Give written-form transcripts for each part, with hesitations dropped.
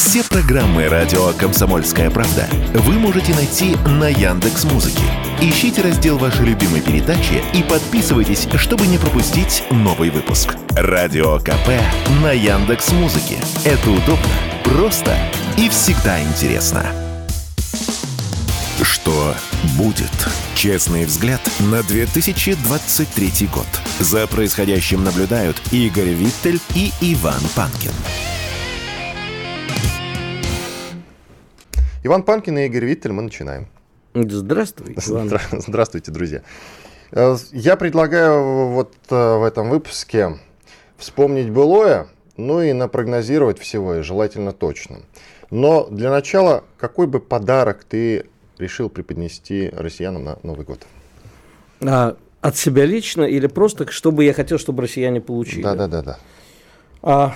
Все программы радио «Комсомольская правда» вы можете найти на Яндекс.Музыке. Ищите раздел вашей любимой передачи и подписывайтесь, чтобы не пропустить новый выпуск. Радио КП на Яндекс.Музыке. Это удобно, просто и всегда интересно. Что будет? Честный взгляд на 2023 год. За происходящим наблюдают Игорь Виттель и Иван Панкин. Иван Панкин и Игорь Виттель, мы начинаем. Здравствуй, Иван. Здравствуйте, друзья. Я предлагаю вот в этом выпуске вспомнить былое, ну и напрогнозировать всего, и желательно точно. Но для начала, какой бы подарок ты решил преподнести россиянам на Новый год? От себя лично или просто, что бы я хотел, чтобы россияне получили? Да.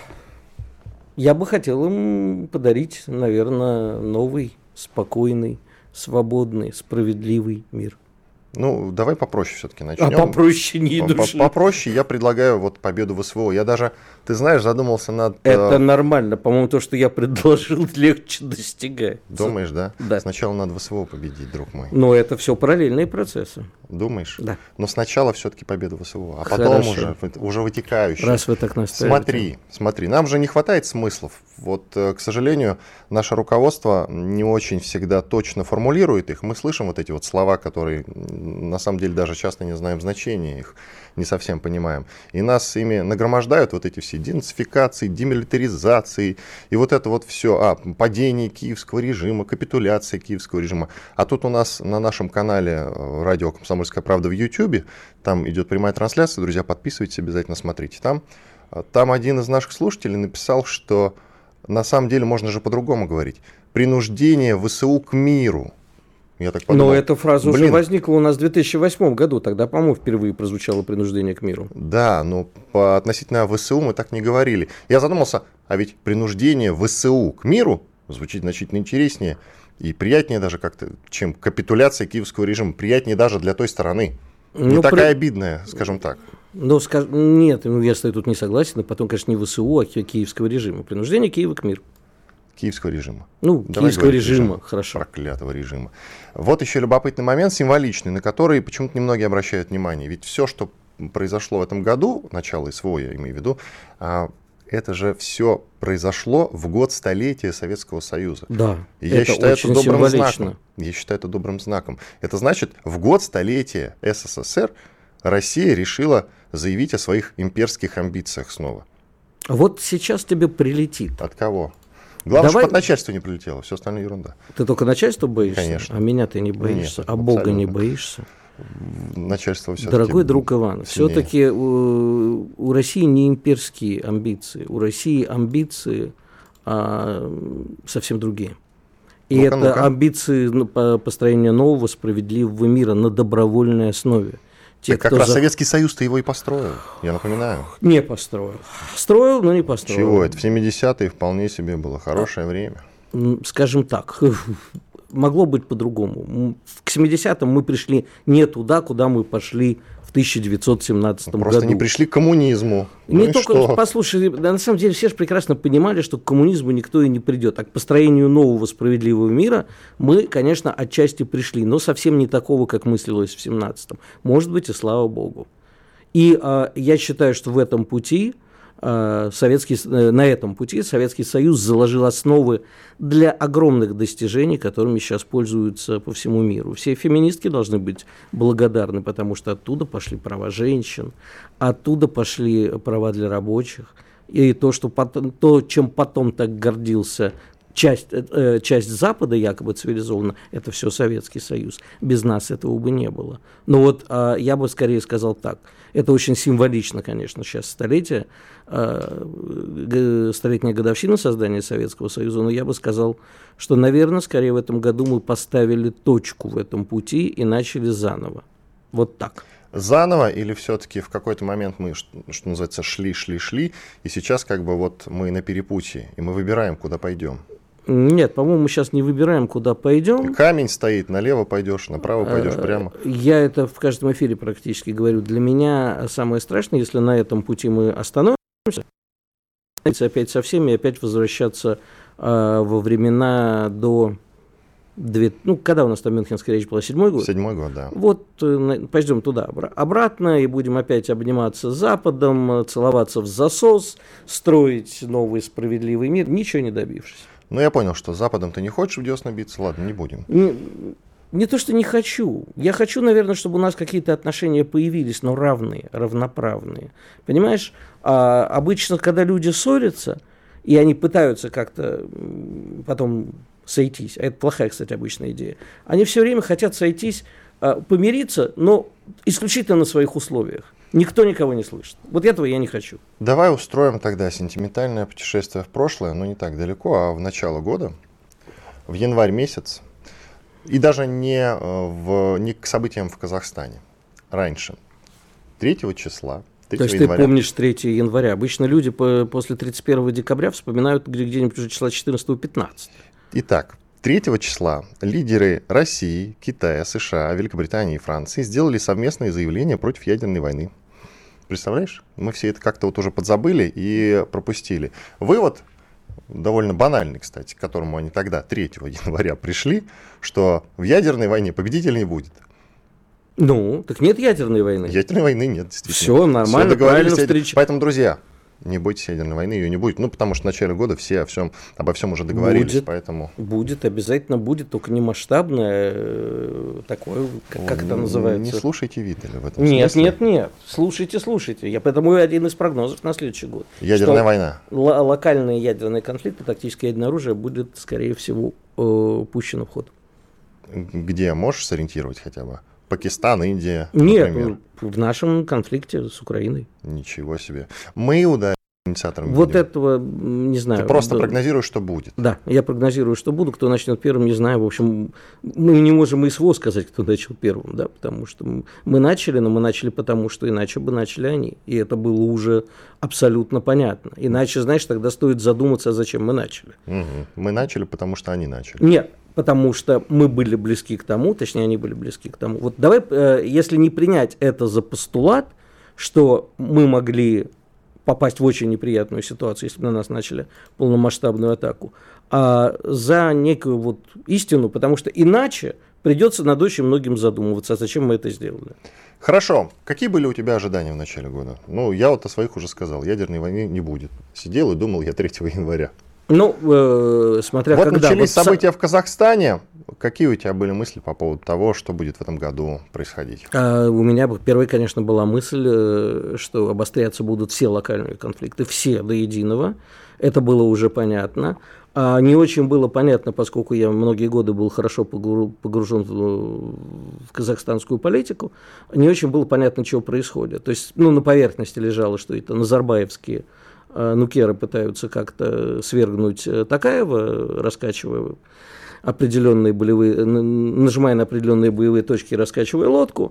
Я бы хотел им подарить, наверное, новый, спокойный, свободный, справедливый мир. Ну, давай попроще все-таки начнем. Попроще не души. Попроще я предлагаю вот победу в СВО. Я даже, ты знаешь, задумался над... Это нормально. По-моему, то, что я предложил, легче достигается. Думаешь, да? Да. Сначала надо в СВО победить, друг мой. Но это все параллельные процессы. Думаешь? Да. Но сначала все-таки победа в СВО, а потом уже вытекающая. Раз вы так настаиваете. Смотри, нам же не хватает смыслов. Вот, к сожалению, наше руководство не очень всегда точно формулирует их. Мы слышим вот эти вот слова, которые на самом деле даже часто не знаем значения их, не совсем понимаем. И нас ими нагромождают вот эти все денацификации, демилитаризации, и вот это вот все, падение киевского режима, капитуляция киевского режима. А тут у нас на нашем канале радио «Комсомольская правда» в YouTube, там идет прямая трансляция, друзья, подписывайтесь, обязательно смотрите. Там один из наших слушателей написал, что на самом деле можно же по-другому говорить. Принуждение ВСУ к миру. Я так подумал, но эта фраза уже возникла у нас в 2008 году. Тогда, по-моему, впервые прозвучало принуждение к миру. Да, но относительно ВСУ мы так не говорили. Я задумался, а ведь принуждение ВСУ к миру звучит значительно интереснее и приятнее даже как-то, чем капитуляция киевского режима. Приятнее даже для той стороны. Не такая обидная, скажем так. Нет, я с тобой тут не согласен. И потом, конечно, не ВСУ, а киевского режима. Принуждение Киева к миру. Киевского режима. Киевского режима, хорошо. Проклятого режима. Вот еще любопытный момент, символичный, на который почему-то немногие обращают внимание. Ведь все, что произошло в этом году, начало СВО, я имею в виду, это же все произошло в год столетия Советского Союза. Да, и я считаю это добрым знаком. Я считаю это добрым знаком. Это значит, в год столетия СССР Россия решила заявить о своих имперских амбициях снова. Вот сейчас тебе прилетит. От кого? Главное, чтобы от начальства не прилетело, все остальное ерунда. Ты только начальства боишься? Конечно. А меня ты не боишься? Нет, а Бога не боишься? Начальство все-таки. Дорогой друг Иван, все-таки у России не имперские амбиции. У России амбиции совсем другие. И это амбиции построения нового справедливого мира на добровольной основе. Как раз Советский Союз-то его и построил, я напоминаю. Не построил. Строил, но не построил. Чего? Это в 70-е вполне себе было хорошее время. Скажем так, могло быть по-другому. К 70-м мы пришли не туда, куда мы пошли в 1917 году. Просто не пришли к коммунизму. Не только, послушай, на самом деле все же прекрасно понимали, что к коммунизму никто и не придет. А к построению нового справедливого мира мы, конечно, отчасти пришли, но совсем не такого, как мыслилось в 17-м. Может быть, и слава богу. И я считаю, что в этом пути на этом пути Советский Союз заложил основы для огромных достижений, которыми сейчас пользуются по всему миру. Все феминистки должны быть благодарны, потому что оттуда пошли права женщин, оттуда пошли права для рабочих. И то, чем потом так гордился часть Запада, якобы цивилизованно, это все Советский Союз. Без нас этого бы не было. Но вот я бы скорее сказал так. Это очень символично, конечно, сейчас столетняя годовщина создания Советского Союза, но я бы сказал, что, наверное, скорее в этом году мы поставили точку в этом пути и начали заново. Вот так. Заново или все-таки в какой-то момент мы, что называется, шли, и сейчас как бы вот мы на перепутье, и мы выбираем, куда пойдем? Нет, по-моему, мы сейчас не выбираем, куда пойдем. Камень стоит, налево пойдешь, направо пойдешь, прямо. Я это в каждом эфире практически говорю. Для меня самое страшное, если на этом пути мы остановимся, опять со всеми, опять возвращаться во времена когда у нас там Мюнхенская речь была, 7-й год? 7-й год, да. Вот пойдем туда, обратно, и будем опять обниматься с Западом, целоваться в засос, строить новый справедливый мир, ничего не добившись. Ну, я понял, что с Западом ты не хочешь в десна биться, ладно, не будем. Не то, что не хочу. Я хочу, наверное, чтобы у нас какие-то отношения появились, но равные, равноправные. Понимаешь, обычно, когда люди ссорятся, и они пытаются как-то потом сойтись, а это плохая, кстати, обычная идея, они все время хотят сойтись, помириться, но исключительно на своих условиях. Никто никого не слышит. Вот этого я не хочу. Давай устроим тогда сентиментальное путешествие в прошлое, но не так далеко, а в начало года, в январь месяц, и даже не к событиям в Казахстане. Раньше, 3 числа, 3 То есть января. ты помнишь 3 января. Обычно люди после 31 декабря вспоминают где-нибудь уже числа 14-15. Итак, 3 числа лидеры России, Китая, США, Великобритании и Франции сделали совместное заявление против ядерной войны. Представляешь? Мы все это как-то вот уже подзабыли и пропустили. Вывод довольно банальный, кстати, к которому они тогда, 3 января, пришли, что в ядерной войне победителя не будет. Ну, так нет ядерной войны. Ядерной войны нет, действительно. Все нормально, Все договорились. правильно Поэтому, друзья, не бойтесь ядерной войны, ее не будет. Ну, потому что в начале года все обо всем уже договорились. Будет, поэтому... будет, обязательно будет, только не масштабное, такое, как это называется. Не слушайте Виттеля в этом Нет, смысле. нет, слушайте. Я поэтому один из прогнозов на следующий год. Ядерная война. Локальные ядерные конфликты, тактическое ядерное оружие будет, скорее всего, пущено в ход. Где можешь сориентировать хотя бы? Пакистан, Индия, Нет, например. в нашем конфликте с Украиной. Ничего себе. Мы ударим инициатором. Вот будем. этого не знаю. Ты просто прогнозируешь, что будет. Да, я прогнозирую, что буду. Кто начнет первым, не знаю. В общем, мы не можем и СВО сказать, кто начал первым, да, потому что мы начали, но мы начали потому, что иначе бы начали они. И это было уже абсолютно понятно. Иначе, знаешь, тогда стоит задуматься, зачем мы начали. Угу. Мы начали, потому что они начали. Нет. Потому что мы были близки к тому, точнее, они были близки к тому. Вот давай, если не принять это за постулат, что мы могли попасть в очень неприятную ситуацию, если бы на нас начали полномасштабную атаку, а за некую вот истину, потому что иначе придется над очень многим задумываться, а зачем мы это сделали. Хорошо. Какие были у тебя ожидания в начале года? Ну, я вот о своих уже сказал. Ядерной войны не будет. Сидел и думал я 3 января. Ну, смотря вот когда. Начались события в Казахстане. Какие у тебя были мысли по поводу того, что будет в этом году происходить? У меня первой, конечно, была мысль, что обостряться будут все локальные конфликты, все до единого. Это было уже понятно. А не очень было понятно, поскольку я многие годы был хорошо погружен в казахстанскую политику, не очень было понятно, что происходит. То есть, на поверхности лежало, что это назарбаевские нукеры пытаются как-то свергнуть Токаева, раскачивая определенные нажимая на определенные боевые точки, раскачивая лодку.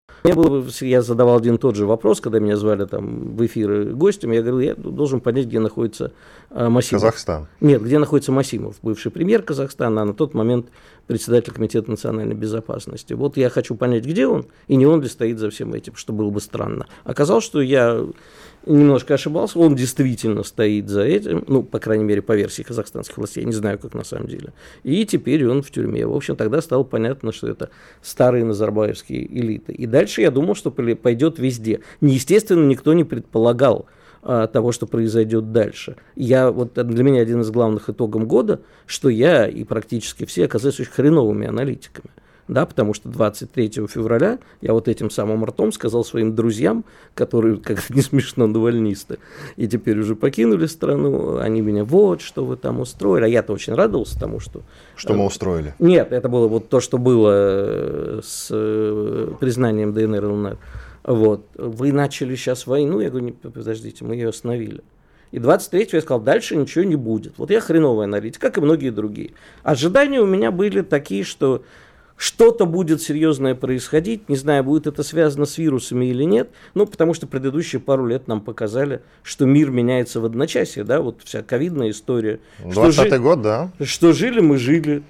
Я задавал один и тот же вопрос, когда меня звали там в эфир гостем. Я говорил, я должен понять, где находится Масимов. Казахстан. Нет, где находится Масимов, бывший премьер Казахстана, а на тот момент председатель Комитета национальной безопасности. Вот я хочу понять, где он, и не он ли стоит за всем этим, что было бы странно. Оказалось, что я немножко ошибался, он действительно стоит за этим, по крайней мере, по версии казахстанских властей, я не знаю, как на самом деле. И теперь он в тюрьме. В общем, тогда стало понятно, что это старые назарбаевские элиты. И дальше я думал, что пойдет везде. Естественно, никто не предполагал того, что произойдет дальше. Для меня один из главных итогов года, что я и практически все оказались очень хреновыми аналитиками. Да, потому что 23 февраля я вот этим самым ртом сказал своим друзьям, которые, как-то не смешно, навальнисты, и теперь уже покинули страну, они меня, вот, что вы там устроили. А я-то очень радовался тому, что... Что мы устроили? Нет, это было вот то, что было с признанием ДНР и ЛНР. Вот. Вы начали сейчас войну, я говорю, подождите, мы ее остановили. И 23-го я сказал, дальше ничего не будет. Вот я хреновый аналитик, как и многие другие. Ожидания у меня были такие, что что-то будет серьезное происходить, не знаю, будет это связано с вирусами или нет, потому что предыдущие пару лет нам показали, что мир меняется в одночасье, да, вот вся ковидная история. 20-й год, да. Что жили мы жили,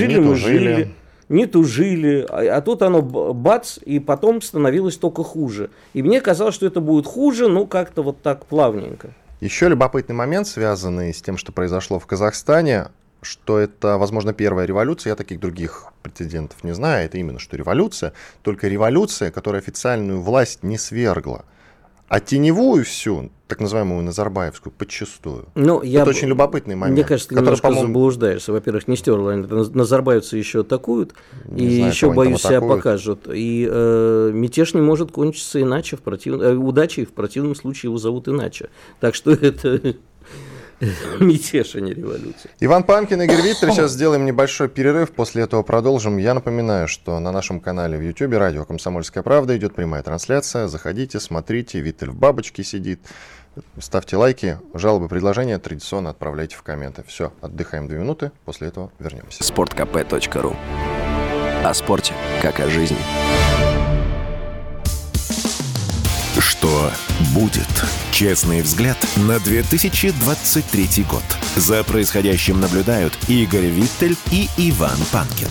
не тужили, а тут оно бац, и потом становилось только хуже. И мне казалось, что это будет хуже, как-то вот так плавненько. Еще любопытный момент, связанный с тем, что произошло в Казахстане, что это, возможно, первая революция. Я таких других прецедентов не знаю. Это именно что революция, только революция, которая официальную власть не свергла, а теневую всю, так называемую Назарбаевскую, подчистую. Это очень любопытный момент. Мне кажется, ты немножко заблуждаешься. Во-первых, не стерла. Назарбаевцы еще атакуют, и еще, боюсь, себя покажут. И мятеж не может кончиться иначе, удачей, в противном случае его зовут иначе. Так что это... мятеж, а не революция. Иван Панкин, Игорь Виттель. Сейчас сделаем небольшой перерыв, после этого продолжим. Я напоминаю, что на нашем канале в YouTube радио «Комсомольская правда» идет прямая трансляция. Заходите, смотрите. Виттель в бабочке сидит. Ставьте лайки, жалобы, предложения традиционно отправляйте в комменты. Все, отдыхаем 2 минуты, после этого вернемся. sportkp.ru. О спорте, как о жизни. Что будет? Честный взгляд на 2023 год. За происходящим наблюдают Игорь Виттель и Иван Панкин.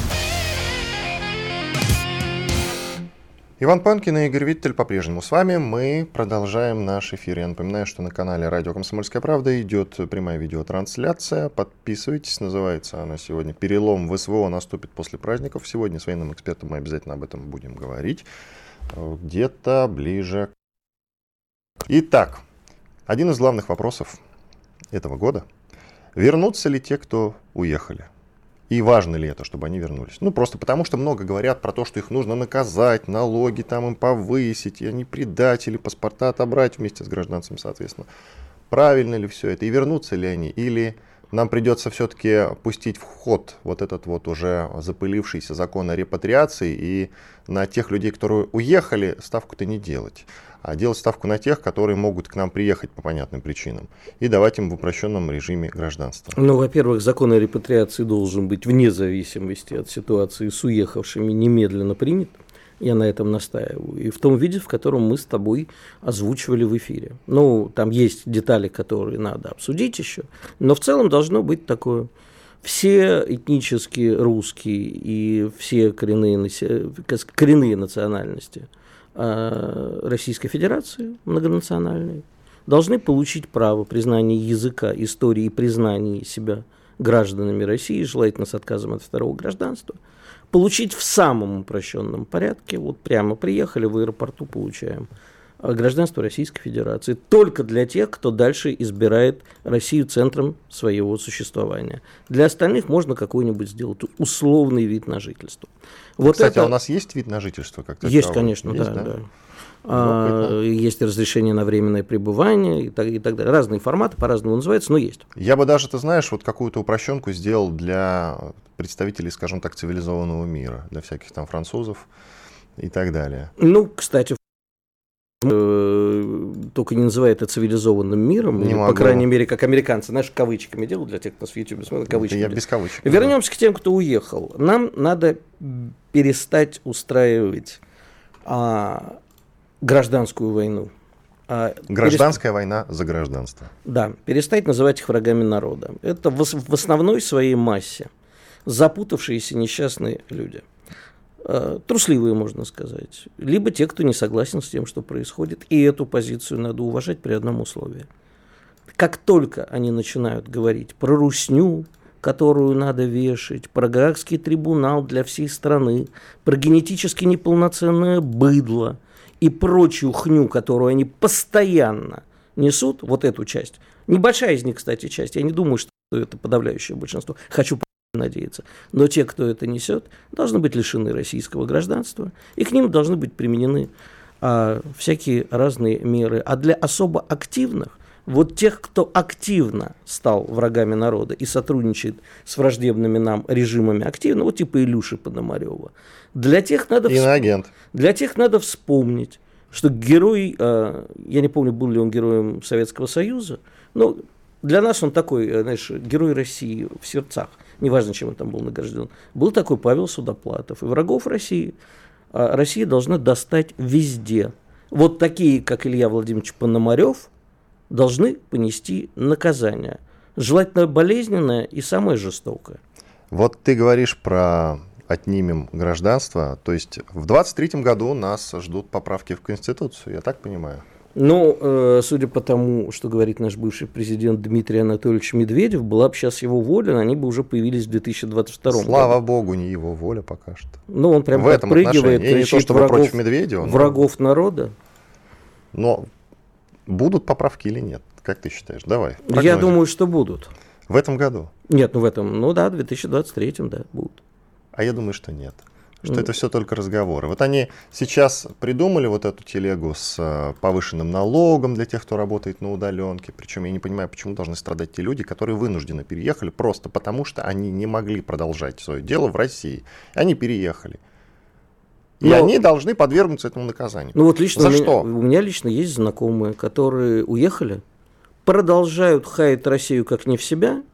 Иван Панкин и Игорь Виттель по-прежнему с вами. Мы продолжаем наш эфир. Я напоминаю, что на канале «Радио Комсомольская правда» идет прямая видеотрансляция. Подписывайтесь. Называется она сегодня «Перелом в СВО наступит после праздников». Сегодня с военным экспертом мы обязательно об этом будем говорить. Где-то ближе. Итак, один из главных вопросов этого года. Вернутся ли те, кто уехали? И важно ли это, чтобы они вернулись? Просто потому, что много говорят про то, что их нужно наказать, налоги там им повысить, и они предатели, паспорта отобрать вместе с гражданцами, соответственно. Правильно ли все это? И вернутся ли они? Или нам придется все-таки пустить в ход вот этот вот уже запылившийся закон о репатриации и на тех людей, которые уехали, ставку-то не делать, а делать ставку на тех, которые могут к нам приехать по понятным причинам, и давать им в упрощенном режиме гражданство? Во-первых, закон о репатриации должен быть вне зависимости от ситуации с уехавшими немедленно принят. Я на этом настаиваю. И в том виде, в котором мы с тобой озвучивали в эфире. Там есть детали, которые надо обсудить еще, но в целом должно быть такое. Все этнически русские и все коренные национальности Российской Федерации, многонациональные, должны получить право признания языка, истории и признания себя гражданами России, желательно с отказом от второго гражданства, получить в самом упрощенном порядке. Прямо приехали в аэропорту, получаем гражданство Российской Федерации. Только для тех, кто дальше избирает Россию центром своего существования. Для остальных можно какой-нибудь сделать условный вид на жительство. Кстати, а у нас есть вид на жительство? Есть, конечно, есть, да. Есть разрешение на временное пребывание и так далее. Разные форматы, по-разному называются, но есть. Я бы даже, ты знаешь, какую-то упрощенку сделал для представителей, скажем так, цивилизованного мира, для всяких там французов и так далее. Кстати, только не называй это цивилизованным миром, или, по крайней мере, как американцы, знаешь, кавычками делают, для тех, кто в YouTube смотрит, кавычками. Я без кавычек. Вернемся к тем, кто уехал. Нам надо перестать устраивать гражданскую войну. Гражданская война за гражданство. Да, перестать называть их врагами народа. Это в основной своей массе запутавшиеся несчастные люди. Трусливые, можно сказать. Либо те, кто не согласен с тем, что происходит. И эту позицию надо уважать при одном условии. Как только они начинают говорить про русню, которую надо вешать, про Гаагский трибунал для всей страны, про генетически неполноценное быдло и прочую хню, которую они постоянно несут, эту часть. Небольшая из них, кстати, часть. Я не думаю, что это подавляющее большинство. Хочу надеяться. Но те, кто это несет, должны быть лишены российского гражданства, и к ним должны быть применены всякие разные меры. А для особо активных, тех, кто активно стал врагами народа и сотрудничает с враждебными нам режимами активно, типа Илюши Пономарева, для тех надо вспомнить, что герой, я не помню, был ли он героем Советского Союза, но для нас он такой, герой России в сердцах, неважно, чем он там был награжден, был такой Павел Судоплатов. И врагов России Россия должна достать везде. Такие, как Илья Владимирович Пономарев, должны понести наказание. Желательно болезненное и самое жестокое. Ты говоришь про отнимем гражданство, то есть в 23-м году нас ждут поправки в Конституцию, я так понимаю? Ну, судя по тому, что говорит наш бывший президент Дмитрий Анатольевич Медведев, была бы сейчас его воля, они бы уже появились в 2022 году. Слава богу, не его воля пока что. Ну, он прям в этом подпрыгивает, отношении. кричит против Медведева. врагов народа. Но будут поправки или нет? Как ты считаешь? Давай. Я прогнозируй. думаю, что будут. В этом году? Нет, в 2023, да, будут. А я думаю, что нет. Что это все только разговоры. Вот они сейчас придумали вот эту телегу с повышенным налогом для тех, кто работает на удаленке. Причем я не понимаю, почему должны страдать те люди, которые вынужденно переехали просто потому, что они не могли продолжать свое дело в России. Они переехали. И они должны подвергнуться этому наказанию. Ну вот лично что? У меня лично есть знакомые, которые уехали, продолжают хаять Россию как не в себя,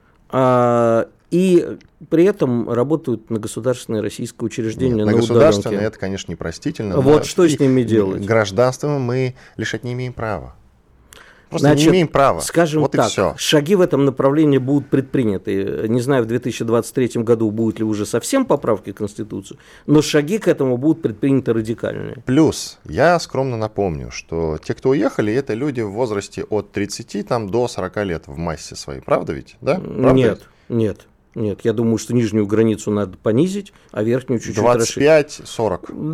и при этом работают на государственное российское учреждение. Нет, на государственное удаленке. это, конечно, непростительно. Вот что с ними делать? Гражданство мы лишать не имеем права. Просто Значит, не имеем права. Скажем вот так, и все. шаги в этом направлении будут предприняты. Не знаю, в 2023 году будут ли уже совсем поправки в Конституцию, но шаги к этому будут предприняты радикальные. Плюс, я скромно напомню, что те, кто уехали, это люди в возрасте от 30 до 40 лет в массе своей. Правда ведь? Да? Правда ведь? Нет, я думаю, что нижнюю границу надо понизить, а верхнюю чуть-чуть расширить. 25-40.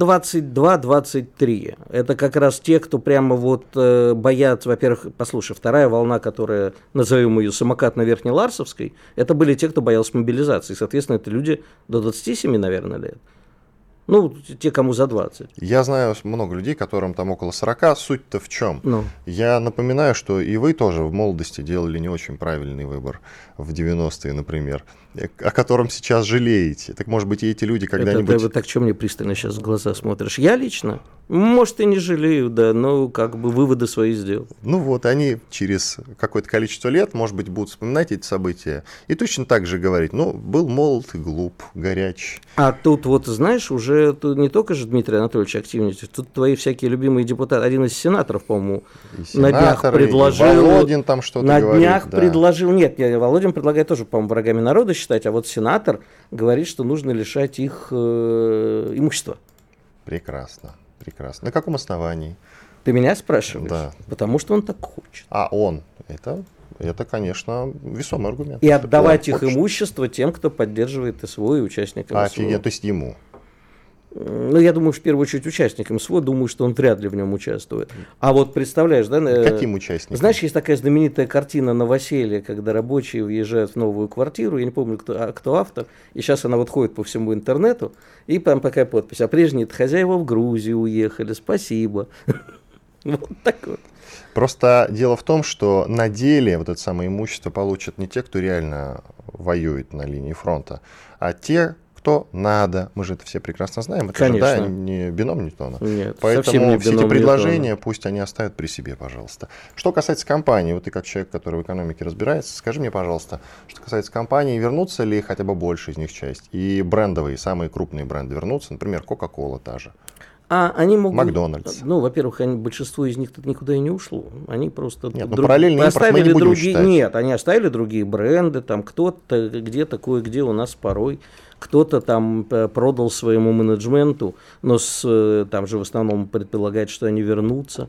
22-23. Это как раз те, кто прямо вот боятся, во-первых, послушай, вторая волна, которая, назовем ее самокатно-верхнеларсовской, это были те, кто боялся мобилизации. Соответственно, это люди до 27, наверное, лет. Ну, те, кому за 20. Я знаю много людей, которым там около 40. Суть-то в чем? Я напоминаю, что и вы тоже в молодости делали не очень правильный выбор в 90-е, например, о котором сейчас жалеете. Так, может быть, и эти люди когда-нибудь... Ты так что мне пристально сейчас в глаза смотришь? Я лично? Может, и не жалею, да, но как бы выводы свои сделал. Ну вот, они через какое-то количество лет, может быть, будут вспоминать эти события и точно так же говорить, был молод и глуп, горяч. А тут вот, знаешь, уже тут не только же Дмитрий Анатольевич активничает, тут твои всякие любимые депутаты, один из сенаторов, по-моему, на днях предложил... Володин там что-то говорит. На днях предложил... Нет, Володин предлагает тоже, по-моему, врагами народа считать, а вот сенатор говорит, что нужно лишать их имущества. Прекрасно. На каком основании? Ты меня спрашиваешь? Да. потому что он так хочет. А он? Это, конечно, весомый аргумент. И отдавать их имущество тем, кто поддерживает СВО и участникам СВО. Офигеть, то есть ему? Ну, я думаю, в первую очередь участникам СВО, думаю, что он вряд ли в нем участвует. А вот представляешь, да? Каким участникам? Знаешь, есть такая знаменитая картина «Новоселье», когда рабочие въезжают в новую квартиру, я не помню, кто автор, и сейчас она вот ходит по всему интернету, и там такая подпись: а прежние-то хозяева в Грузию уехали, спасибо. Вот так вот. Просто дело в том, что на деле вот это самое имущество получат не те, кто реально воюет на линии фронта, а те, кто надо. Мы же это все прекрасно знаем. Это же, да, не бином Ньютона. Нет, поэтому не все эти бином предложения Ньютона. Пусть они оставят при себе, пожалуйста. Что касается компании, вот ты как человек, который в экономике разбирается, скажи мне, пожалуйста, что касается компаний, вернутся ли хотя бы больше из них часть? И брендовые, самые крупные бренды вернутся, например, Coca-Cola та же. Они могут... Макдональдс. Ну, во-первых, большинство из них тут никуда и не ушло. Они просто... Нет, параллельно импорт мы не будем считать. Нет, они оставили другие бренды, там кто-то где-то кое-где у нас порой, кто-то там продал своему менеджменту, но там же в основном предполагает, что они вернутся.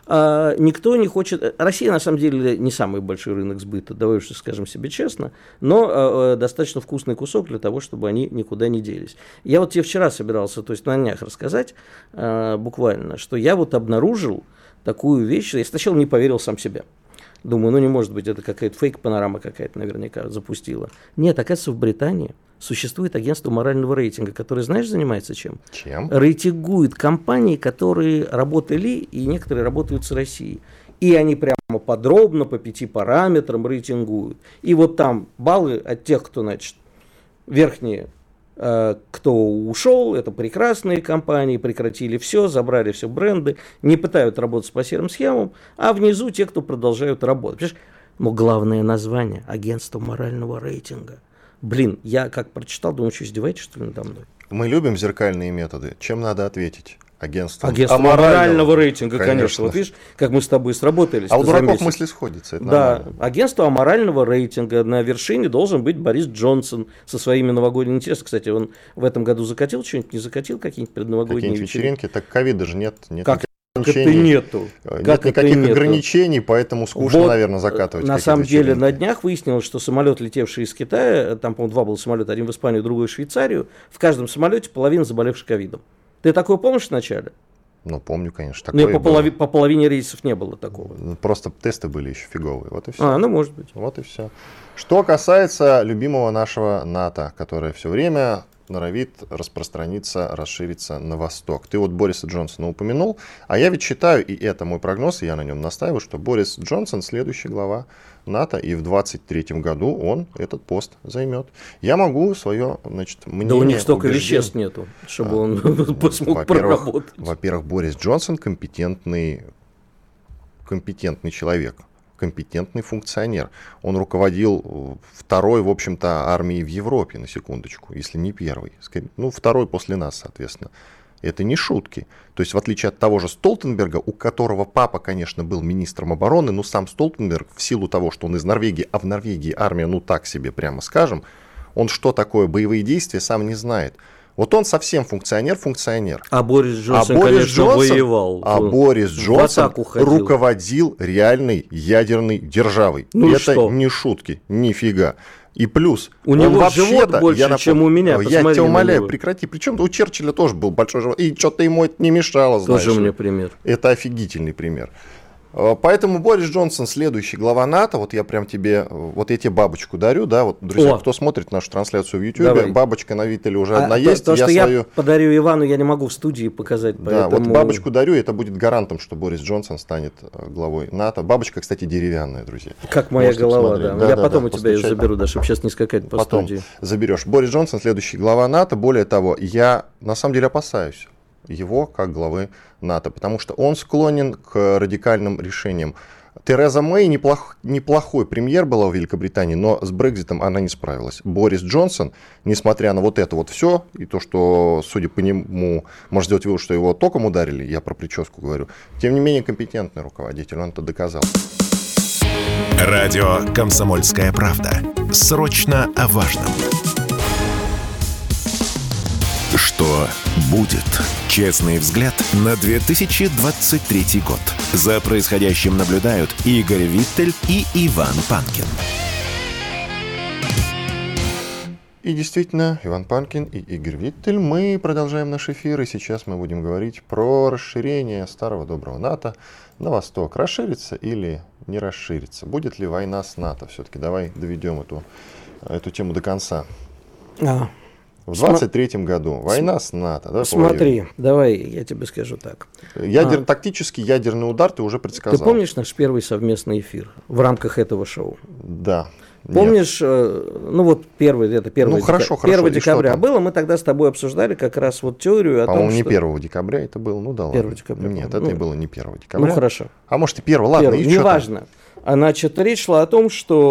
Никто не хочет... Россия, на самом деле, не самый большой рынок сбыта, давай уж скажем себе честно, но достаточно вкусный кусок для того, чтобы они никуда не делись. Я вот тебе вчера собирался, то есть на днях рассказать буквально, что я вот обнаружил такую вещь, я сначала не поверил сам себе. Думаю, не может быть, это какая-то фейк-панорама какая-то наверняка запустила. Нет, оказывается, в Британии существует агентство морального рейтинга, которое, знаешь, занимается чем? Чем? Рейтингует компании, которые работали и некоторые работают с Россией. И они прямо подробно по 5 параметрам рейтингуют. И вот там баллы от тех, кто, значит, верхние, кто ушел, это прекрасные компании, прекратили все, забрали все бренды, не пытаются работать по серым схемам, а внизу те, кто продолжают работать. Понимаешь? Но главное название – агентство морального рейтинга. Блин, я как прочитал, думаю, что издеваетесь, что ли, надо мной? Мы любим зеркальные методы. Чем надо ответить? Агентство морального рейтинга, конечно. Вот видишь, как мы с тобой сработались. А у дураков мысли сходятся. Это да, нормально. агентство морального рейтинга. На вершине должен быть Борис Джонсон со своими новогодними. Интересно, кстати, он в этом году закатил что-нибудь, не закатил какие-нибудь предновогодние вечеринки? Так ковида же нет. Как ограничений. Как это нету? Нет никаких ограничений, поэтому скучно, вот, наверное, закатывать. На самом деле, на днях выяснилось, что самолет, летевший из Китая, там, по-моему, 2 было самолета, один в Испанию, другой в Швейцарию, в каждом самолете половина заболевших ковидом. Ты такое помнишь вначале? Ну, помню, конечно. Такое по половине рейсов не было такого. Просто тесты были еще фиговые. Вот и все. Ну, может быть. Вот и все. Что касается любимого нашего НАТО, которое все время норовит распространиться, расшириться на восток. Ты вот Бориса Джонсона упомянул, а я ведь считаю, и это мой прогноз, и я на нем настаиваю, что Борис Джонсон следующий глава НАТО, и в 2023 году он этот пост займет. Я могу свое, значит, мнение... Да у них столько веществ нету, чтобы он смог проработать. Во-первых, Борис Джонсон компетентный человек. Компетентный функционер. Он руководил второй, в общем-то, армией в Европе, на секундочку, если не первый. Ну, второй после нас, соответственно. Это не шутки. То есть, в отличие от того же Столтенберга, у которого папа, конечно, был министром обороны, но сам Столтенберг, в силу того, что он из Норвегии, а в Норвегии армия, ну так себе, прямо скажем, он что такое боевые действия сам не знает. Вот он совсем функционер. А Борис Джонсон, конечно, воевал. А Борис Джонсон руководил реальной ядерной державой. Ну это что? Не шутки, нифига. И плюс, у него живот больше, чем у меня. Я тебя умоляю, прекрати. Причем у Черчилля тоже был большой живот. И что-то ему это не мешало, знаешь. Тоже мне пример. Это офигительный пример. Поэтому Борис Джонсон, следующий глава НАТО, вот я прям тебе, вот я тебе бабочку дарю, да, вот, друзья, кто смотрит нашу трансляцию в YouTube, бабочка на Витале уже одна есть. То, что я подарю Ивану, я не могу в студии показать. Да, вот бабочку дарю, и это будет гарантом, что Борис Джонсон станет главой НАТО. Бабочка, кстати, деревянная, друзья. Как моя голова, да. Я потом у тебя ее заберу, да, чтобы сейчас не скакать по студии. Потом заберешь. Борис Джонсон, следующий глава НАТО. Более того, я на самом деле опасаюсь его как главы НАТО, потому что он склонен к радикальным решениям. Тереза Мэй неплохой премьер была в Великобритании, но с Брекситом она не справилась. Борис Джонсон, несмотря на вот это вот все, и то, что, судя по нему, можно сделать вывод, что его током ударили, я про прическу говорю, тем не менее компетентный руководитель, он это доказал. Радио «Комсомольская правда». Срочно о важном. Что будет? Честный взгляд на 2023 год. За происходящим наблюдают Игорь Виттель и Иван Панкин. И действительно, Иван Панкин и Игорь Виттель. Мы продолжаем наш эфир, и сейчас мы будем говорить про расширение старого доброго НАТО на восток. Расширится или не расширится? Будет ли война с НАТО? Все-таки давай доведем эту тему до конца. В 23-м году война с НАТО. Да, смотри, давай я тебе скажу так. Тактический ядерный удар ты уже предсказал. Ты помнишь наш первый совместный эфир в рамках этого шоу? Да. Помнишь, ну вот 1 декабря было, мы тогда с тобой обсуждали как раз вот теорию о том, что... По-моему, не 1 декабря это было, ну да ладно. 1 декабря. Нет, это было не 1 декабря. Ну хорошо. А может и 1, ладно. Неважно. Значит, речь шла о том,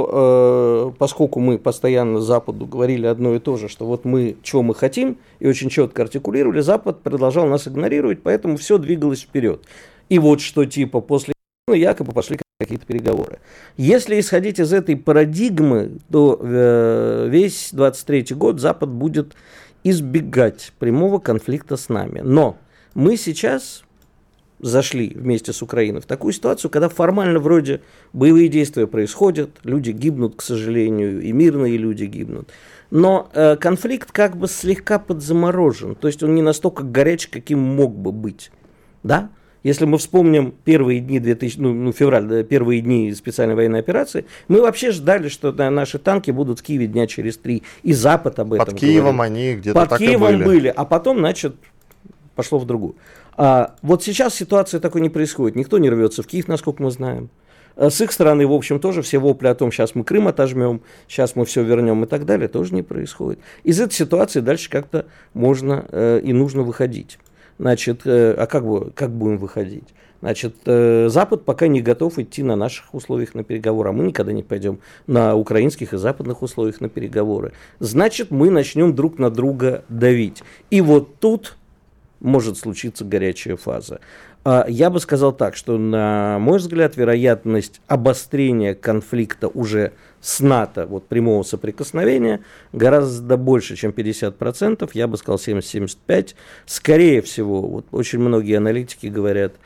что поскольку мы постоянно Западу говорили одно и то же, что вот чего мы хотим, и очень четко артикулировали, Запад продолжал нас игнорировать, поэтому все двигалось вперед. И вот что типа после якобы пошли какие-то переговоры. Если исходить из этой парадигмы, то весь 23-й год Запад будет избегать прямого конфликта с нами. Но мы сейчас зашли вместе с Украиной в такую ситуацию, когда формально вроде боевые действия происходят, люди гибнут, к сожалению, и мирные люди гибнут. Но конфликт как бы слегка подзаморожен, то есть он не настолько горячий, каким мог бы быть. Да? Если мы вспомним первые дни февраль, первые дни специальной военной операции, мы вообще ждали, что наши танки будут в Киеве дня через 3, и Запад об этом говорил. Под Киевом они где-то так и были. Под Киевом были, а потом, значит, пошло в другую. Вот сейчас ситуация такой не происходит. Никто не рвется в Киев, насколько мы знаем. С их стороны, в общем, тоже все вопли о том, сейчас мы Крым отожмем, сейчас мы все вернем и так далее, тоже не происходит. Из этой ситуации дальше как-то можно и нужно выходить. Значит, как будем выходить? Значит, Запад пока не готов идти на наших условиях на переговоры, а мы никогда не пойдем на украинских и западных условиях на переговоры. Значит, мы начнем друг на друга давить. И вот тут может случиться горячая фаза. Я бы сказал так, что, на мой взгляд, вероятность обострения конфликта уже с НАТО, вот прямого соприкосновения, гораздо больше, чем 50%, я бы сказал 70-75%. Скорее всего, вот очень многие аналитики говорят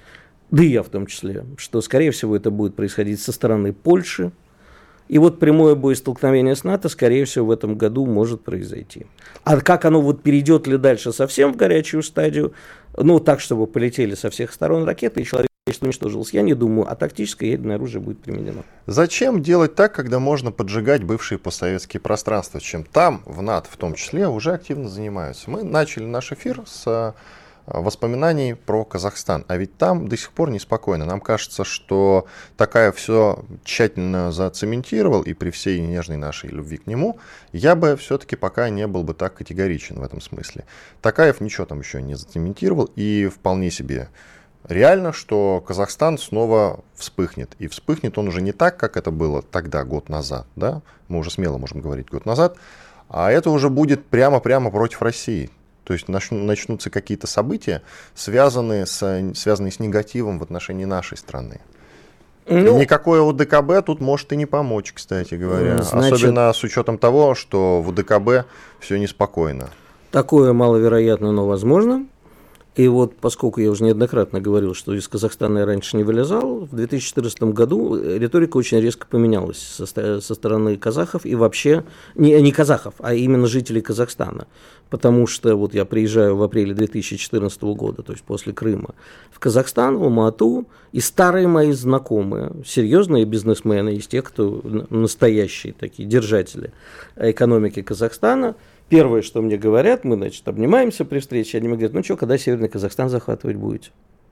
да и я в том числе, что, скорее всего, это будет происходить со стороны Польши. И вот прямое боестолкновение с НАТО, скорее всего, в этом году может произойти. А как оно вот перейдет ли дальше совсем в горячую стадию, ну, так, чтобы полетели со всех сторон ракеты, и человечество уничтожилось, я не думаю, а тактическое ядерное оружие будет применено. Зачем делать так, когда можно поджигать бывшие постсоветские пространства, чем там, в НАТО в том числе, уже активно занимаются? Мы начали наш эфир с воспоминаний про Казахстан, а ведь там до сих пор неспокойно. Нам кажется, что Токаев все тщательно зацементировал, и при всей нежной нашей любви к нему, я бы все-таки пока не был бы так категоричен в этом смысле. Токаев ничего там еще не зацементировал, и вполне себе реально, что Казахстан снова вспыхнет. И вспыхнет он уже не так, как это было тогда, год назад, да? Мы уже смело можем говорить год назад, а это уже будет прямо против России. То есть начнутся какие-то события, связанные с негативом в отношении нашей страны. Ну, никакое УДКБ тут может и не помочь, кстати говоря. Значит, особенно с учетом того, что в УДКБ все неспокойно. Такое маловероятно, но возможно. И вот, поскольку я уже неоднократно говорил, что из Казахстана я раньше не вылезал, в 2014 году риторика очень резко поменялась со стороны казахов и вообще, не казахов, а именно жителей Казахстана. Потому что вот я приезжаю в апреле 2014 года, то есть после Крыма, в Казахстан, в Алма-Ату, и старые мои знакомые, серьезные бизнесмены, из тех, кто настоящие такие держатели экономики Казахстана, первое, что мне говорят, мы, значит, обнимаемся при встрече, они мне говорят, ну что, когда Северный Казахстан захватывать будете?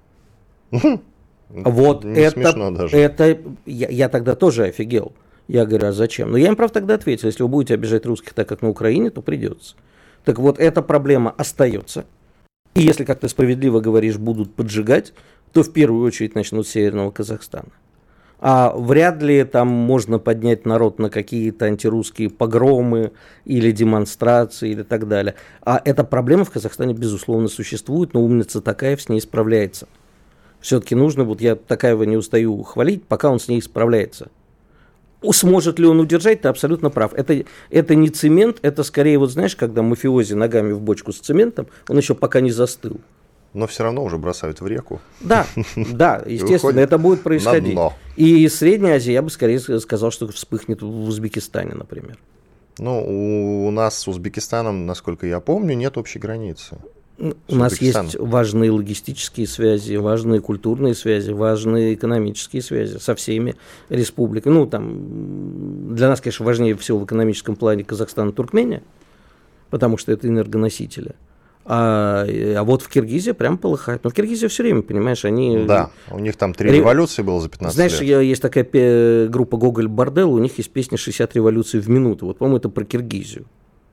Вот это я тогда тоже офигел. Я говорю, а зачем? Но я им, правда, тогда ответил, если вы будете обижать русских так, как на Украине, то придется. Так вот, эта проблема остается. И если, как ты справедливо говоришь, будут поджигать, то в первую очередь начнут с Северного Казахстана. А вряд ли там можно поднять народ на какие-то антирусские погромы или демонстрации или так далее. А эта проблема в Казахстане, безусловно, существует, но умница Токаев с ней справляется. Все-таки нужно, вот я Токаева не устаю хвалить, пока он с ней справляется. Сможет ли он удержать, ты абсолютно прав. Это не цемент, это скорее, вот знаешь, когда мафиози ногами в бочку с цементом, он еще пока не застыл. Но все равно уже бросают в реку. Да, естественно, это будет происходить. И Средняя Азия, я бы скорее сказал, что вспыхнет в Узбекистане, например. Ну, у нас с Узбекистаном, насколько я помню, нет общей границы. У нас есть важные логистические связи, важные культурные связи, важные экономические связи со всеми республиками. Ну, там, для нас, конечно, важнее всего в экономическом плане Казахстан и Туркмения, потому что это энергоносители. А вот в Киргизии прям полыхает. Но в Киргизии все время, понимаешь, они... Да, у них там 3 революции было за 15 лет. Знаешь, есть такая группа Гоголь-Бордел, у них есть песня «60 революций в минуту». Вот, по-моему, это про Киргизию.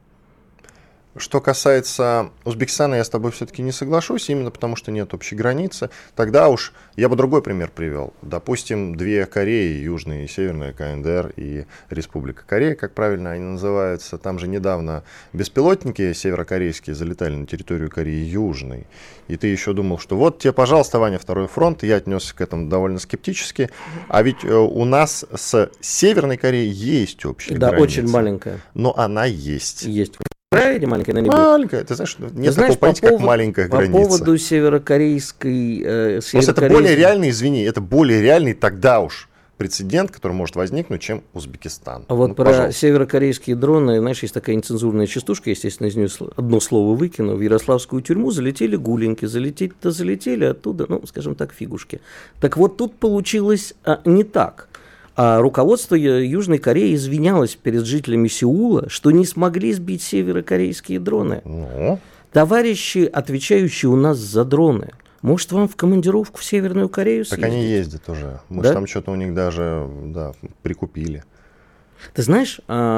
Что касается Узбекистана, я с тобой все-таки не соглашусь, именно потому что нет общей границы. Тогда уж я бы другой пример привел. Допустим, 2 Кореи, Южная и Северная, КНДР и Республика Корея, как правильно они называются. Там же недавно беспилотники северокорейские залетали на территорию Кореи Южной. И ты еще думал, что вот тебе, пожалуйста, Ваня, второй фронт. Я отнесся к этому довольно скептически. А ведь у нас с Северной Кореей есть общая граница. Да, очень маленькая. Но она есть. Есть. Или маленькая, она не маленькая. Ты знаешь, нет такого понятия, как маленькая граница. По поводу северокорейской... Это более реальный, извини, это более реальный тогда уж прецедент, который может возникнуть, чем Узбекистан. А вот про северокорейские дроны, знаешь, есть такая нецензурная частушка, естественно, из нее одно слово выкину. В Ярославскую тюрьму залетели гуленьки, залететь-то залетели, оттуда, ну, скажем так, фигушки. Так вот, тут получилось не так. А руководство Южной Кореи извинялось перед жителями Сеула, что не смогли сбить северокорейские дроны. Товарищи, отвечающие у нас за дроны, может, вам в командировку в Северную Корею съездить? Так они ездят уже. Может, там что-то у них даже прикупили. Ты знаешь,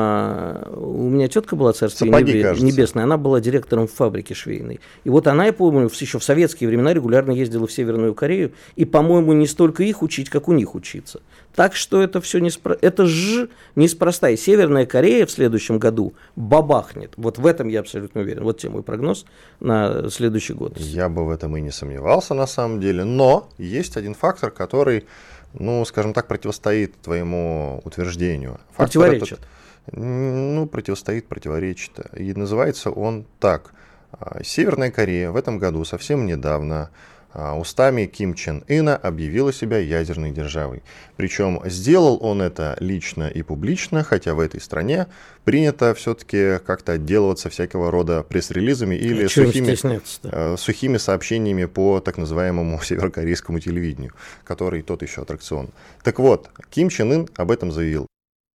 у меня тетка была, царствие небесное, она была директором фабрики швейной. И вот она, я помню, еще в советские времена регулярно ездила в Северную Корею, и, по-моему, не столько их учить, как у них учиться. Так что это все неспроста. И Северная Корея в следующем году бабахнет. Вот в этом я абсолютно уверен. Вот тебе мой прогноз на следующий год. Я бы в этом и не сомневался на самом деле. Но есть один фактор, который... ну, скажем так, противостоит твоему утверждению. Противоречит. Противоречит. И называется он так. Северная Корея в этом году совсем недавно устами Ким Чен Ына объявила себя ядерной державой. Причем сделал он это лично и публично, хотя в этой стране принято все-таки как-то отделываться всякого рода пресс-релизами или сухими сообщениями по так называемому северокорейскому телевидению, который тот еще аттракцион. Так вот, Ким Чен Ын об этом заявил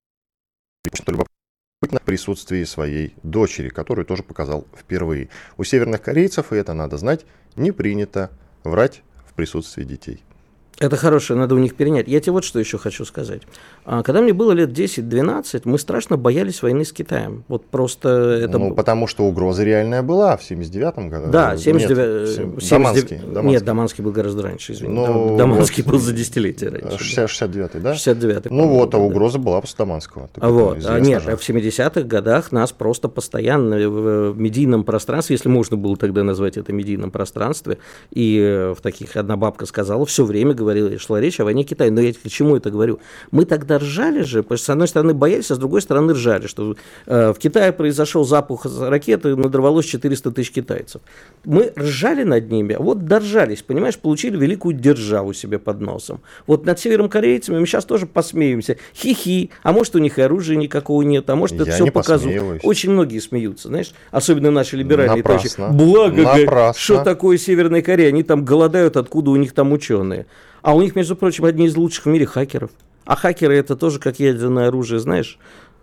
в присутствии своей дочери, которую тоже показал впервые. У северных корейцев, и это надо знать, не принято врать в присутствии детей. Это хорошее, надо у них перенять. Я тебе вот что еще хочу сказать. Когда мне было лет 10-12, мы страшно боялись войны с Китаем. Вот просто это... Ну, потому что угроза реальная была в 79-м году. Да, 79... Нет, Даманский был гораздо раньше, извини. Даманский был за десятилетие раньше. 69-й, да? 69-й. Ну вот, а угроза была после Даманского. Вот. Нет, в 70-х годах нас просто постоянно в медийном пространстве, если можно было тогда назвать это медийном пространстве, и в таких одна бабка сказала, все время шла речь о войне Китая. Но я к чему это говорю? Мы тогда ржали же, потому что с одной стороны боялись, а с другой стороны ржали, что в Китае произошел запуск ракеты, надорвалось 400 тысяч китайцев. Мы ржали над ними, а вот доржались, понимаешь, получили великую державу себе под носом. Вот над северокорейцами мы сейчас тоже посмеемся. Хи-хи, а может у них и оружия никакого нет, а может это все показывают. Очень многие смеются, знаешь, особенно наши либеральные товарищи. Благо, что такое Северная Корея, они там голодают, откуда у них там ученые. А у них, между прочим, одни из лучших в мире хакеров. А хакеры это тоже как ядерное оружие, знаешь,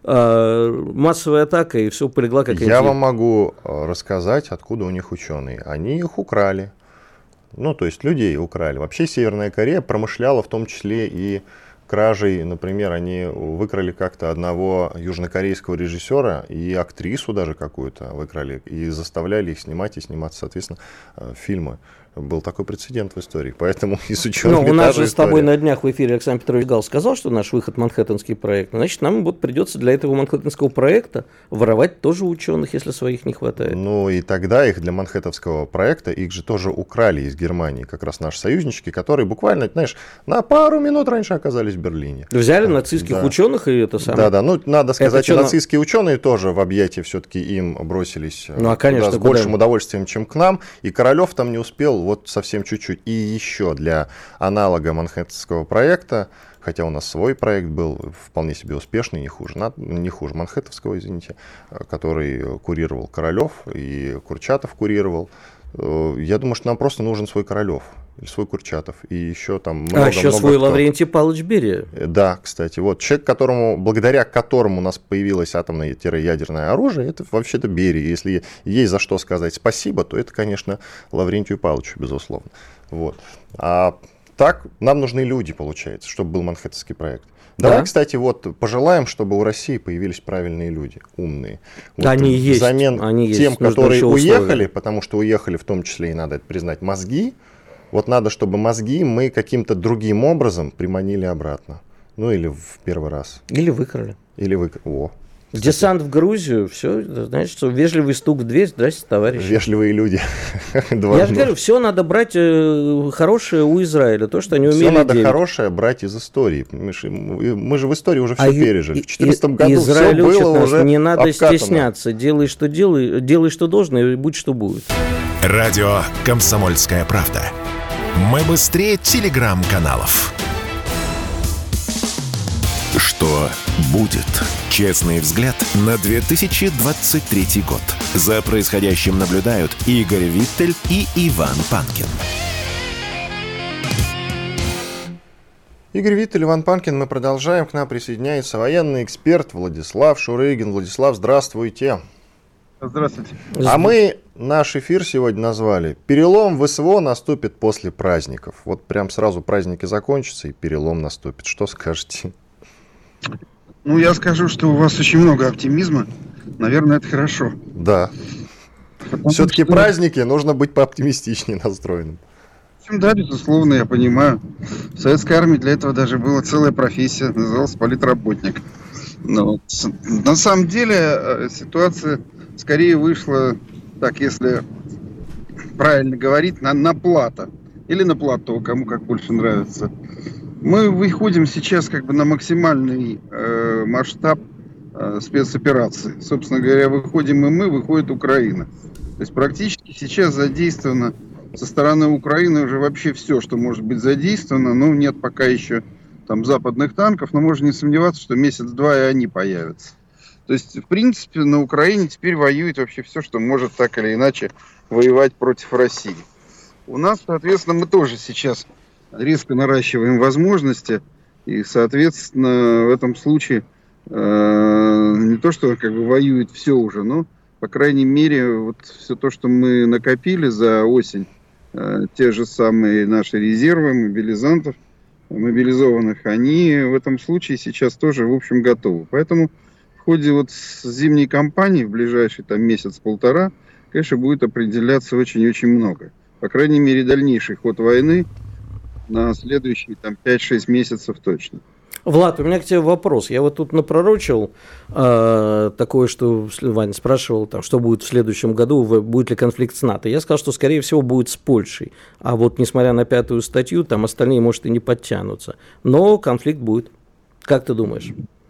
массовая атака, и все полегла как Я вам могу рассказать, откуда у них ученые. Они их украли. Ну, то есть людей украли. Вообще Северная Корея промышляла в том числе и кражей. Например, они выкрали как-то одного южнокорейского режиссера и актрису даже какую-то выкрали. И заставляли их снимать и сниматься, соответственно, фильмы. Был такой прецедент в истории, поэтому и с учеными. Но у нас же с тобой на днях в эфире Александр Петрович Гал сказал, что наш выход Манхэттенский проект. Значит, нам вот придется для этого Манхэттенского проекта воровать тоже ученых, если своих не хватает. Ну и тогда их для Манхэттенского проекта, их же тоже украли из Германии, как раз наши союзнички, которые буквально, знаешь, на пару минут раньше оказались в Берлине. Взяли нацистских ученых и это самое. Да, ну надо сказать, и нацистские ученые тоже в объятия все-таки им бросились конечно, с большим удовольствием, чем к нам. И Королев там не успел. Вот совсем чуть-чуть. И еще для аналога Манхэттенского проекта, хотя у нас свой проект был вполне себе успешный, не хуже Манхэттенского, извините, который курировал Королев и Курчатов курировал. Я думаю, что нам просто нужен свой Королев или свой Курчатов. И еще там еще свой Лаврентий Павлович Берия. Да, кстати. Вот человек, благодаря которому у нас появилось атомное-ядерное оружие, это вообще-то Берия. Если есть за что сказать спасибо, то это, конечно, Лаврентию Павловичу, безусловно. Вот. А так нам нужны люди, получается, чтобы был Манхэттенский проект. Давай, кстати, вот пожелаем, чтобы у России появились правильные люди, умные. Вот они есть. Взамен тем, которые уехали, потому что уехали в том числе, и надо это признать, мозги. Вот надо, чтобы мозги мы каким-то другим образом приманили обратно. Ну или в первый раз. Или выкрали. О. Кстати. Десант в Грузию, все, значит, что вежливый стук в дверь, здрасте, товарищи. Вежливые люди. Я же говорю, все надо брать хорошее у Израиля, то, что они умели делать. Все надо хорошее брать из истории. Мы же в истории уже все пережили. В 2014 году Израиль все было уже не надо обкатано. Стесняться, делай, что должно, и будь, что будет. Радио «Комсомольская правда». Мы быстрее телеграм-каналов. Что будет? Честный взгляд на 2023 год. За происходящим наблюдают Игорь Виттель и Иван Панкин. Игорь Виттель, Иван Панкин. Мы продолжаем. К нам присоединяется военный эксперт Владислав Шурыгин. Владислав, здравствуйте. Здравствуйте. А мы наш эфир сегодня назвали «Перелом в СВО наступит после праздников». Вот прям сразу праздники закончатся и перелом наступит. Что скажете? Ну, я скажу, что у вас очень много оптимизма. Наверное, это хорошо. Да. Все-таки праздники, нужно быть пооптимистичнее настроенным. Да, безусловно, я понимаю. В советской армии для этого даже была целая профессия, называлась политработник. Но вот, на самом деле ситуация скорее вышла, так если правильно говорить, на плато. Или на плато, кому как больше нравится. Мы выходим сейчас как бы на максимальный масштаб спецоперации. Собственно говоря, выходим и мы, выходит Украина. То есть практически сейчас задействовано со стороны Украины уже вообще все, что может быть задействовано. Ну, нет пока еще там западных танков, но можно не сомневаться, что месяц-два и они появятся. То есть, в принципе, на Украине теперь воюет вообще все, что может так или иначе воевать против России. У нас, соответственно, мы тоже сейчас резко наращиваем возможности, и, соответственно, в этом случае не то, что как бы воюет все уже, но, по крайней мере, вот все то, что мы накопили за осень, те же самые наши резервы мобилизованных, они в этом случае сейчас тоже, в общем, готовы. Поэтому в ходе вот зимней кампании в ближайший там месяц-полтора, конечно, будет определяться очень-очень много. По крайней мере, дальнейший ход войны на следующие там 5-6 месяцев точно. Влад, у меня к тебе вопрос. Я вот тут напророчил такое, что Ваня спрашивал, там, что будет в следующем году, будет ли конфликт с НАТО. Я сказал, что, скорее всего, будет с Польшей. А вот, несмотря на 5-ю статью, там остальные, может, и не подтянутся. Но конфликт будет. Как ты думаешь?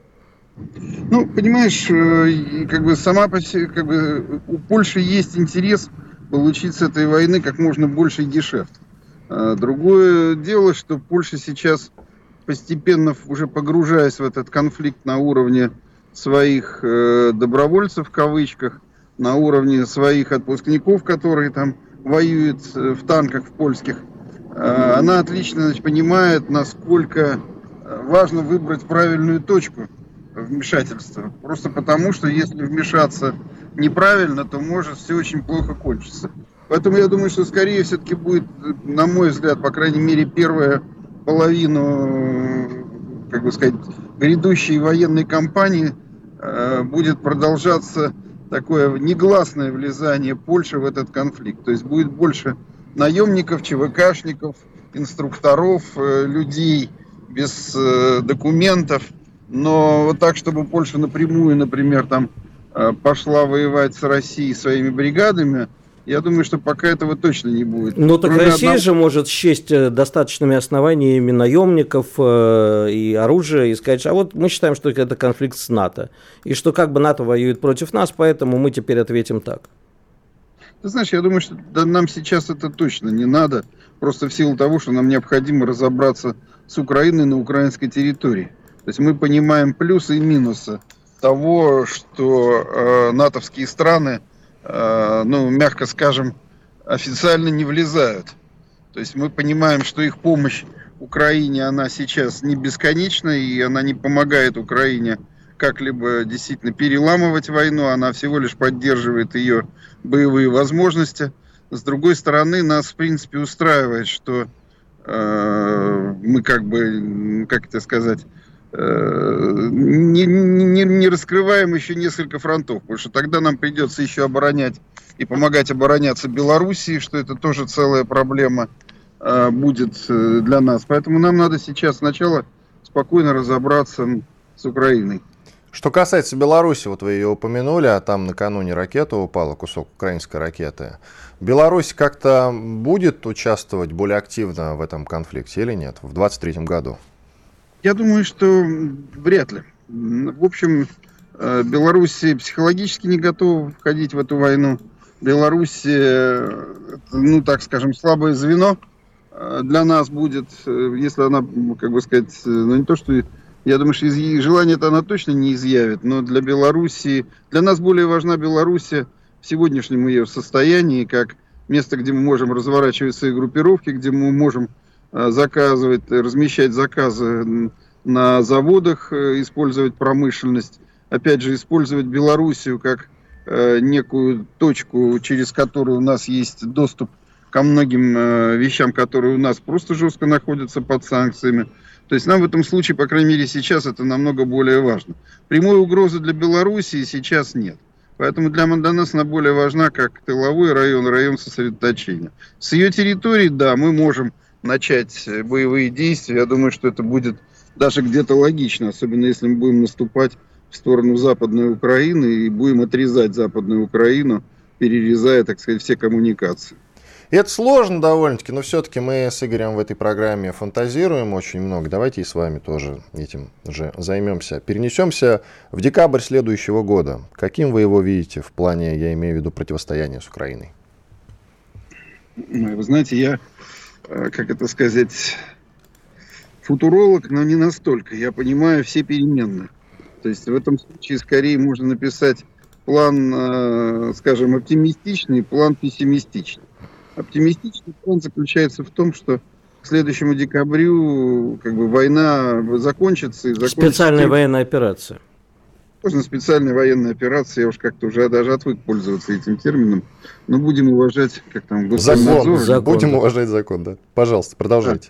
Ну, понимаешь, как бы сама по себе, как бы у Польши есть интерес получить с этой войны как можно больше и дешевле. Другое дело, что Польша сейчас постепенно, уже погружаясь в этот конфликт на уровне своих добровольцев, в кавычках, на уровне своих отпускников, которые там воюют в танках в польских, она отлично понимает, насколько важно выбрать правильную точку вмешательства. Просто потому, что если вмешаться неправильно, то может все очень плохо кончиться. Поэтому я думаю, что скорее все-таки будет, на мой взгляд, по крайней мере, первая половину, как бы сказать, грядущей военной кампании будет продолжаться такое негласное влезание Польши в этот конфликт. То есть будет больше наемников, ЧВКшников, инструкторов, людей без документов. Но вот так, чтобы Польша напрямую, например, там пошла воевать с Россией своими бригадами, я думаю, что пока этого точно не будет. Ну так Россия же может счесть достаточными основаниями наемников и оружия и сказать, а вот мы считаем, что это конфликт с НАТО. И что как бы НАТО воюет против нас, поэтому мы теперь ответим так. Ты знаешь, я думаю, что нам сейчас это точно не надо. Просто в силу того, что нам необходимо разобраться с Украиной на украинской территории. То есть мы понимаем плюсы и минусы того, что натовские страны, ну, мягко скажем, официально не влезают. То есть мы понимаем, что их помощь Украине, она сейчас не бесконечна, и она не помогает Украине как-либо действительно переламывать войну, она всего лишь поддерживает ее боевые возможности. С другой стороны, нас, в принципе, устраивает, что мы как бы, как это сказать, не раскрываем еще несколько фронтов, потому что тогда нам придется еще оборонять и помогать обороняться Белоруссии, что это тоже целая проблема будет для нас. Поэтому нам надо сейчас сначала спокойно разобраться с Украиной. Что касается Беларуси, вот вы ее упомянули, а там накануне ракета упала, кусок украинской ракеты. Беларусь как-то будет участвовать более активно в этом конфликте или нет в 2023 году? Я думаю, что вряд ли. В общем, Беларусь психологически не готова входить в эту войну. Беларусь, ну так скажем, слабое звено для нас будет, если она, как бы сказать, ну не то, что... Я думаю, что желание-то она точно не изъявит, но для Белоруссии, для нас более важна Белоруссия в сегодняшнем ее состоянии, как место, где мы можем разворачивать свои группировки, где мы можем заказывать, размещать заказы на заводах, использовать промышленность, опять же, использовать Белоруссию как некую точку, через которую у нас есть доступ ко многим вещам, которые у нас просто жестко находятся под санкциями. То есть нам в этом случае, по крайней мере сейчас, это намного более важно. Прямой угрозы для Белоруссии сейчас нет. Поэтому для нас она более важна как тыловой район, район сосредоточения. С ее территории, да, мы можем начать боевые действия. Я думаю, что это будет даже где-то логично, особенно если мы будем наступать в сторону Западной Украины и будем отрезать Западную Украину, перерезая, так сказать, все коммуникации. И это сложно довольно-таки, но все-таки мы с Игорем в этой программе фантазируем очень много. Давайте и с вами тоже этим же займемся. Перенесемся в декабрь следующего года. Каким вы его видите в плане, я имею в виду, противостояния с Украиной? Вы знаете, я, как это сказать, футуролог, но не настолько. Я понимаю все переменные. То есть в этом случае скорее можно написать план, скажем, оптимистичный, план пессимистичный. Оптимистичный план заключается в том, что к следующему декабрю война закончится. Специальная военная операция. Можно специальная военная операция, я уж как-то уже даже отвык пользоваться этим термином, но будем уважать, закон. Будем уважать закон, да. Пожалуйста, продолжайте.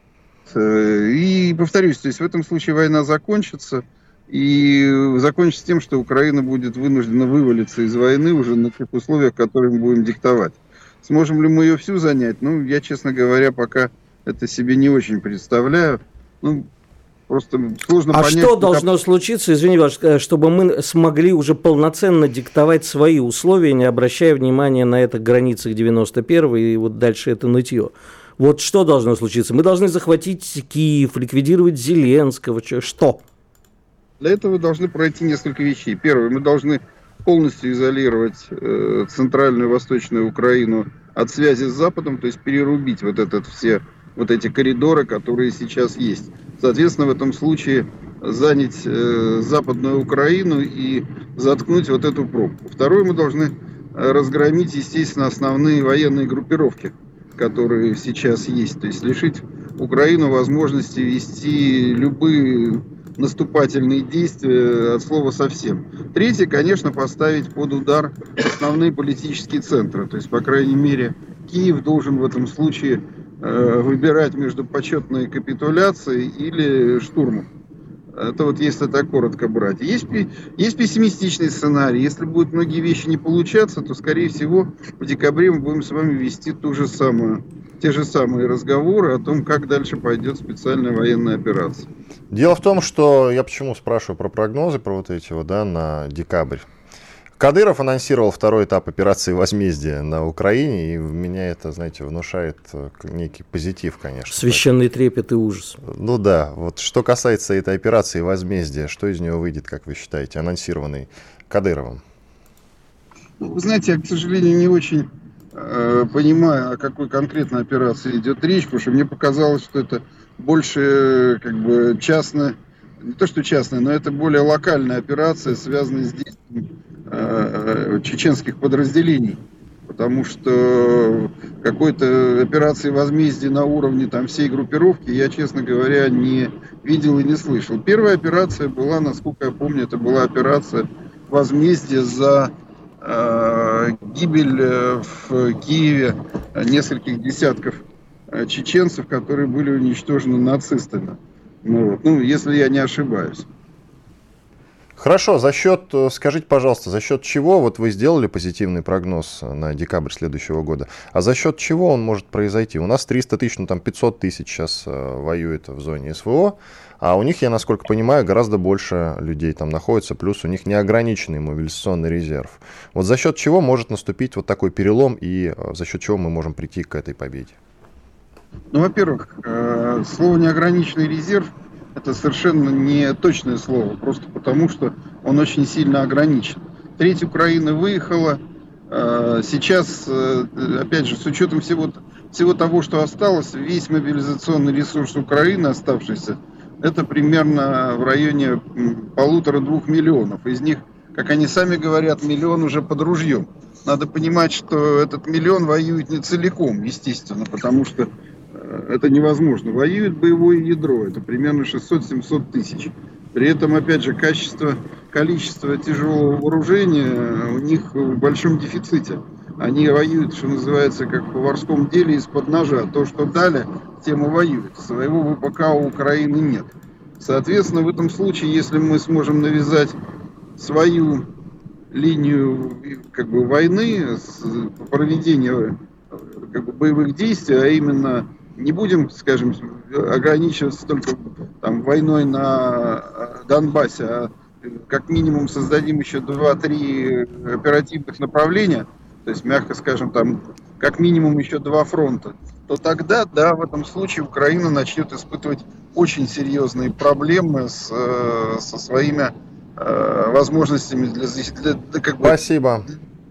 И повторюсь, то есть в этом случае война закончится, и закончится тем, что Украина будет вынуждена вывалиться из войны уже на тех условиях, которые мы будем диктовать. Сможем ли мы ее всю занять? Я, честно говоря, пока это себе не очень представляю. Просто сложно понять. А что должно случиться, извини вас, чтобы мы смогли уже полноценно диктовать свои условия, не обращая внимания на это границах 91-го и вот дальше это нытье? Вот что должно случиться? Мы должны захватить Киев, ликвидировать Зеленского, что? Для этого должны пройти несколько вещей. Первое, мы должны полностью изолировать центральную и восточную Украину от связи с Западом, то есть перерубить все эти коридоры, которые сейчас есть. Соответственно, в этом случае занять Западную Украину и заткнуть вот эту пробку. Второе, мы должны разгромить, естественно, основные военные группировки, которые сейчас есть. То есть лишить Украину возможности вести любые наступательные действия от слова совсем. Третье, конечно, поставить под удар основные политические центры. То есть, по крайней мере, Киев должен в этом случае выбирать между почетной капитуляцией или штурмом. Это вот если так коротко брать. Есть пессимистичный сценарий. Если будут многие вещи не получаться, то, скорее всего, в декабре мы будем с вами вести те же самые разговоры о том, как дальше пойдет специальная военная операция. Дело в том, что я почему спрашиваю про прогнозы, про вот эти на декабрь. Кадыров анонсировал второй этап операции «Возмездие» на Украине, и меня это, знаете, внушает некий позитив, конечно. Священный трепет и ужас. Да, вот что касается этой операции «Возмездие», что из нее выйдет, как вы считаете, анонсированной Кадыровым? Вы знаете, я, к сожалению, не очень понимаю, о какой конкретной операции идет речь, потому что мне показалось, что это больше частная, не то что частная, но это более локальная операция, связанная с действием чеченских подразделений, потому что какой-то операции возмездия на уровне всей группировки я, честно говоря, не видел и не слышал. Первая операция была, насколько я помню, это была операция возмездия за гибель в Киеве нескольких десятков чеченцев, которые были уничтожены нацистами. Если я не ошибаюсь. Хорошо, скажите, пожалуйста, за счет чего, вы сделали позитивный прогноз на декабрь следующего года, а за счет чего он может произойти? У нас 300 тысяч, 500 тысяч сейчас воюет в зоне СВО, а у них, я насколько понимаю, гораздо больше людей там находится, плюс у них неограниченный мобилизационный резерв. Вот за счет чего может наступить вот такой перелом и за счет чего мы можем прийти к этой победе? Во-первых, слово «неограниченный резерв» — это совершенно не точное слово, просто потому, что он очень сильно ограничен. Треть Украины выехала. Сейчас, опять же, с учетом всего того, что осталось, весь мобилизационный ресурс Украины, оставшийся, это примерно в районе 1,5-2 миллионов. Из них, как они сами говорят, 1 миллион уже под ружьем. Надо понимать, что этот 1 миллион воюет не целиком, естественно, потому что это невозможно. Воюет боевое ядро, это примерно 600-700 тысяч. При этом, опять же, количество тяжелого вооружения у них в большом дефиците. Они воюют, что называется, как в поварском деле, из-под ножа. То, что дали, тем и воюют. Своего ВПК у Украины нет. Соответственно, в этом случае, если мы сможем навязать свою линию войны, проведения боевых действий, а именно не будем, скажем, ограничиваться только войной на Донбассе, а как минимум создадим еще 2-3 оперативных направления, то есть, мягко скажем, как минимум еще 2 фронта, то тогда, да, в этом случае Украина начнет испытывать очень серьезные проблемы со своими возможностями Спасибо.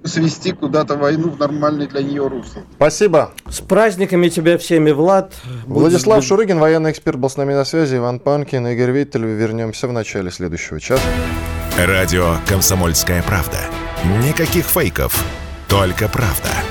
свести куда-то войну в нормальное для нее русло. Спасибо. С праздниками тебя всеми, Влад. Владислав Шурыгин, военный эксперт, был с нами на связи. Иван Панкин, Игорь Виттель. Вернемся в начале следующего часа. Радио «Комсомольская правда». Никаких фейков, только правда.